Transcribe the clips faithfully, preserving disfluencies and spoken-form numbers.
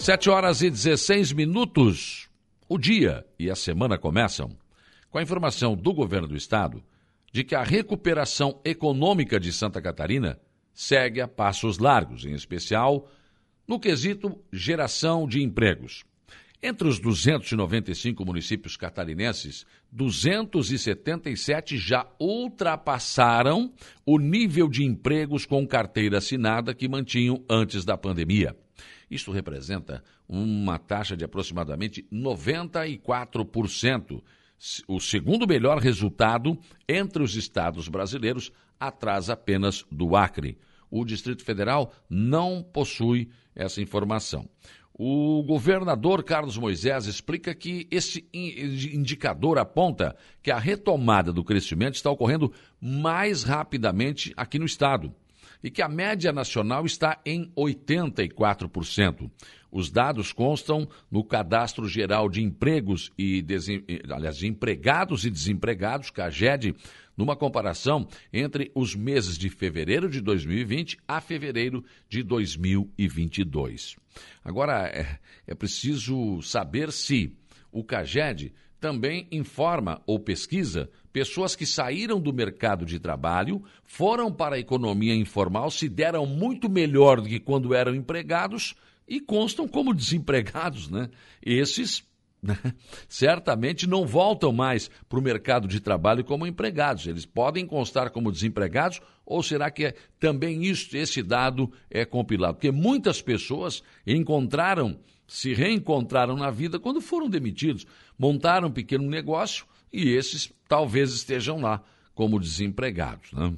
Sete horas e dezesseis minutos. O dia e a semana começam com a informação do governo do estado de que a recuperação econômica de Santa Catarina segue a passos largos, em especial no quesito geração de empregos. Entre os duzentos e noventa e cinco municípios catarinenses, duzentos e setenta e sete já ultrapassaram o nível de empregos com carteira assinada que mantinham antes da pandemia. Isso representa uma taxa de aproximadamente noventa e quatro por cento, o segundo melhor resultado entre os estados brasileiros, atrás apenas do Acre. O Distrito Federal não possui essa informação. O governador Carlos Moisés explica que esse indicador aponta que a retomada do crescimento está ocorrendo mais rapidamente aqui no estado e que a média nacional está em oitenta e quatro por cento. Os dados constam no Cadastro Geral de Empregos e Desem... aliás, de Empregados e Desempregados, CAGED, numa comparação entre os meses de fevereiro de dois mil e vinte a fevereiro de dois mil e vinte e dois. Agora, é, é preciso saber se o CAGED também informa ou pesquisa pessoas que saíram do mercado de trabalho, foram para a economia informal, se deram muito melhor do que quando eram empregados e constam como desempregados, né? Esses né, certamente não voltam mais para o mercado de trabalho como empregados. Eles podem constar como desempregados ou será que é, também isso, esse dado é compilado? Porque muitas pessoas encontraram, se reencontraram na vida quando foram demitidos, montaram um pequeno negócio e esses talvez estejam lá como desempregados, né?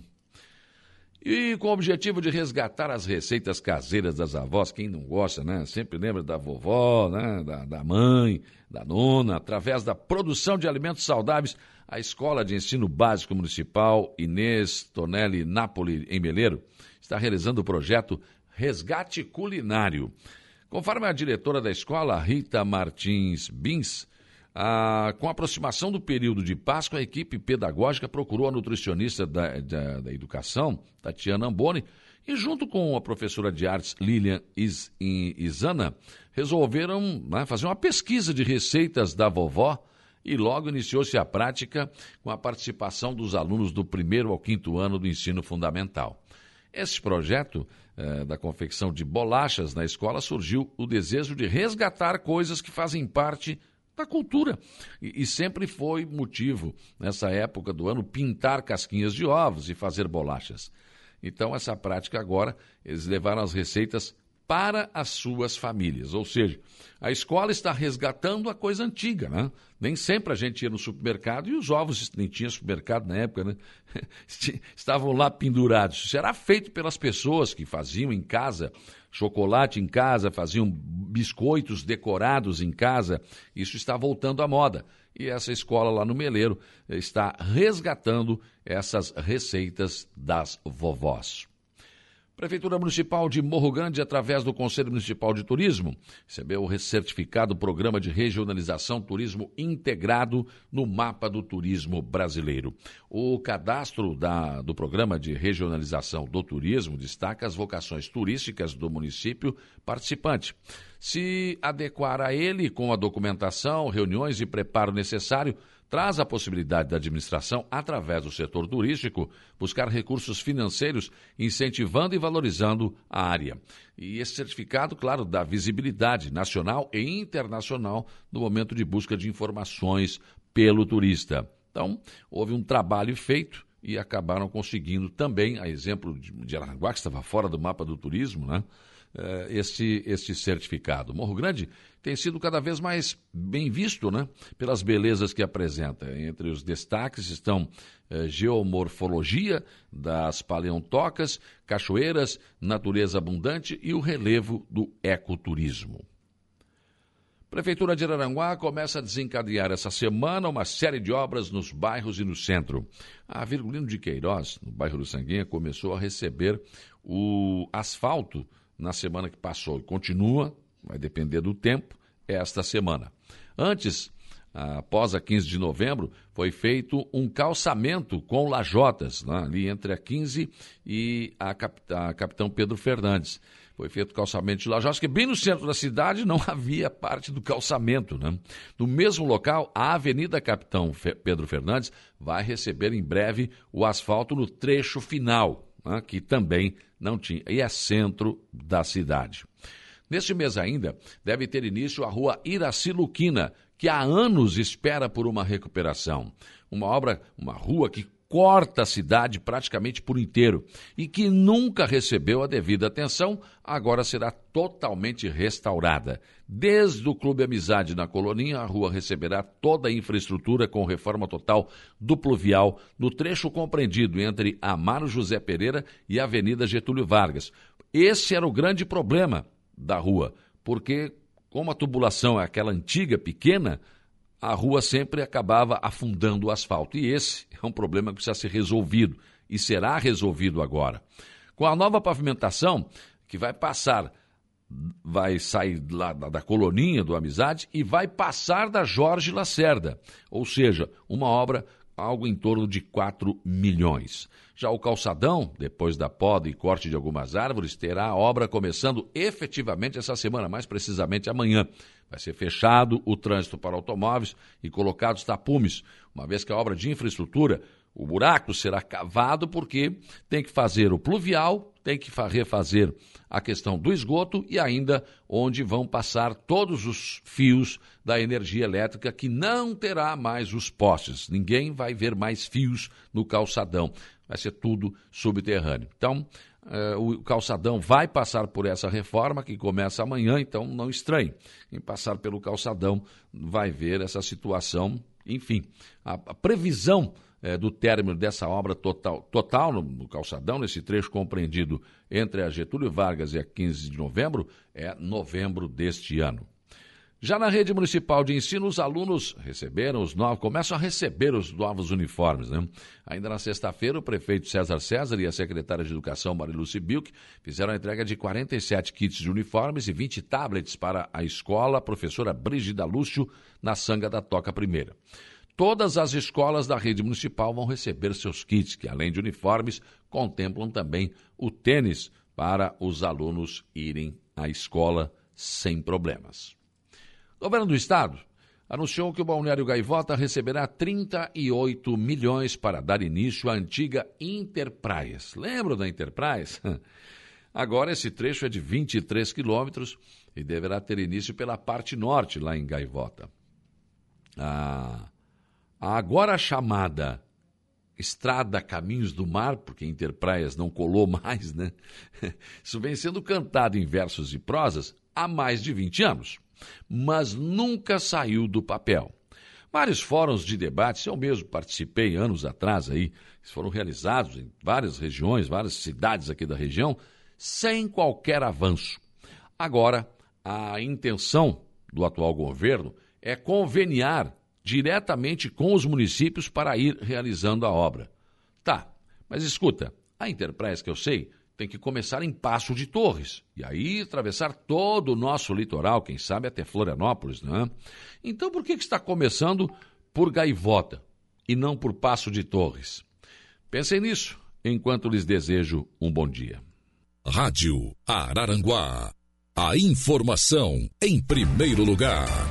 E com o objetivo de resgatar as receitas caseiras das avós, quem não gosta, né? Sempre lembra da vovó, né? da, da mãe, da nona, através da produção de alimentos saudáveis, a Escola de Ensino Básico Municipal Inês Tonelli Napoli, em Meleiro, está realizando o projeto Resgate Culinário. Conforme a diretora da escola, Rita Martins Bins, Ah, com a aproximação do período de Páscoa, a equipe pedagógica procurou a nutricionista da, da, da educação, Tatiana Amboni, e junto com a professora de artes, Lilian Is, Isana, resolveram né, fazer uma pesquisa de receitas da vovó e logo iniciou-se a prática com a participação dos alunos do primeiro ao quinto ano do ensino fundamental. Esse projeto eh, da confecção de bolachas na escola surgiu o desejo de resgatar coisas que fazem parte da cultura. E, e sempre foi motivo, nessa época do ano, pintar casquinhas de ovos e fazer bolachas. Então, essa prática agora, eles levaram as receitas para as suas famílias. Ou seja, a escola está resgatando a coisa antiga, né? Nem sempre a gente ia no supermercado e os ovos, nem tinha supermercado na época, né? Estavam lá pendurados. Isso era feito pelas pessoas que faziam em casa chocolate em casa, faziam biscoitos decorados em casa. Isso está voltando à moda. E essa escola lá no Meleiro está resgatando essas receitas das vovós. Prefeitura Municipal de Morro Grande, através do Conselho Municipal de Turismo, recebeu o certificado Programa de Regionalização Turismo Integrado no Mapa do Turismo Brasileiro. O cadastro da, do Programa de Regionalização do Turismo destaca as vocações turísticas do município participante. Se adequar a ele com a documentação, reuniões e preparo necessário, traz a possibilidade da administração, através do setor turístico, buscar recursos financeiros, incentivando e valorizando a área. E esse certificado, claro, dá visibilidade nacional e internacional no momento de busca de informações pelo turista. Então, houve um trabalho feito e acabaram conseguindo também, a exemplo de Araranguá, que estava fora do mapa do turismo, né? Este, este certificado. Morro Grande tem sido cada vez mais bem visto, né, pelas belezas que apresenta. Entre os destaques estão eh, geomorfologia das paleontocas, cachoeiras, natureza abundante e o relevo do ecoturismo. Prefeitura de Araranguá começa a desencadear essa semana uma série de obras nos bairros e no centro. A Virgulino de Queiroz, no bairro do Sanguinha, começou a receber o asfalto na semana que passou e continua, vai depender do tempo, esta semana. Antes, Após a quinze de novembro, foi feito um calçamento com lajotas, né, ali entre a quinze e a, Cap, a Capitão Pedro Fernandes. Foi feito calçamento de lajotas, que bem no centro da cidade não havia parte do calçamento, né? No mesmo local, a Avenida Capitão Fe, Pedro Fernandes vai receber em breve o asfalto no trecho final, né, que também não tinha, e é centro da cidade. Neste mês ainda, deve ter início a Rua Iraci Luquina, que há anos espera por uma recuperação. Uma obra, uma rua que corta a cidade praticamente por inteiro e que nunca recebeu a devida atenção, agora será totalmente restaurada. Desde o Clube Amizade na Coloninha, a rua receberá toda a infraestrutura com reforma total do pluvial no trecho compreendido entre Amaro José Pereira e a Avenida Getúlio Vargas. Esse era o grande problema da rua, porque como a tubulação é aquela antiga, pequena, a rua sempre acabava afundando o asfalto. E esse é um problema que precisa ser resolvido e será resolvido agora. Com a nova pavimentação, que vai passar, vai sair lá da, da Coloninha, do Amizade, e vai passar da Jorge Lacerda, ou seja, uma obra algo em torno de quatro milhões. Já o calçadão, depois da poda e corte de algumas árvores, terá a obra começando efetivamente essa semana, mais precisamente amanhã. Vai ser fechado o trânsito para automóveis e colocados tapumes, uma vez que a obra de infraestrutura, o buraco será cavado porque tem que fazer o pluvial, tem que refazer a questão do esgoto e ainda onde vão passar todos os fios da energia elétrica, que não terá mais os postes. Ninguém vai ver mais fios no calçadão. Vai ser tudo subterrâneo. Então, eh, o calçadão vai passar por essa reforma que começa amanhã, então não estranhe. Quem passar pelo calçadão vai ver essa situação. Enfim, a, a previsão É, do término dessa obra total, total no, no calçadão, nesse trecho compreendido entre a Getúlio Vargas e a quinze de novembro, é novembro deste ano. Já na rede municipal de ensino, os alunos receberam os novos, começam a receber os novos uniformes, né? Ainda na sexta-feira, o prefeito César César e a secretária de Educação, Mariluce Bilk, fizeram a entrega de quarenta e sete kits de uniformes e vinte tablets para a escola, a professora Brígida Lúcio, na Sanga da Toca Primeira. Todas as escolas da rede municipal vão receber seus kits, que além de uniformes, contemplam também o tênis para os alunos irem à escola sem problemas. O governo do estado anunciou que o Balneário Gaivota receberá trinta e oito milhões para dar início à antiga Interpraias. Lembram da Interpraias? Agora esse trecho é de vinte e três quilômetros e deverá ter início pela parte norte, lá em Gaivota. Ah... A agora chamada Estrada Caminhos do Mar, porque Interpraias não colou mais, né? Isso vem sendo cantado em versos e prosas há mais de vinte anos, mas nunca saiu do papel. Vários fóruns de debates, eu mesmo participei anos atrás aí, foram realizados em várias regiões, várias cidades aqui da região, sem qualquer avanço. Agora, a intenção do atual governo é conveniar diretamente com os municípios para ir realizando a obra. Tá, mas escuta, a Interpraias que eu sei tem que começar em Passo de Torres e aí atravessar todo o nosso litoral, quem sabe até Florianópolis, não é? Então por que que está começando por Gaivota e não por Passo de Torres? Pensem nisso enquanto lhes desejo um bom dia. Rádio Araranguá, a informação em primeiro lugar.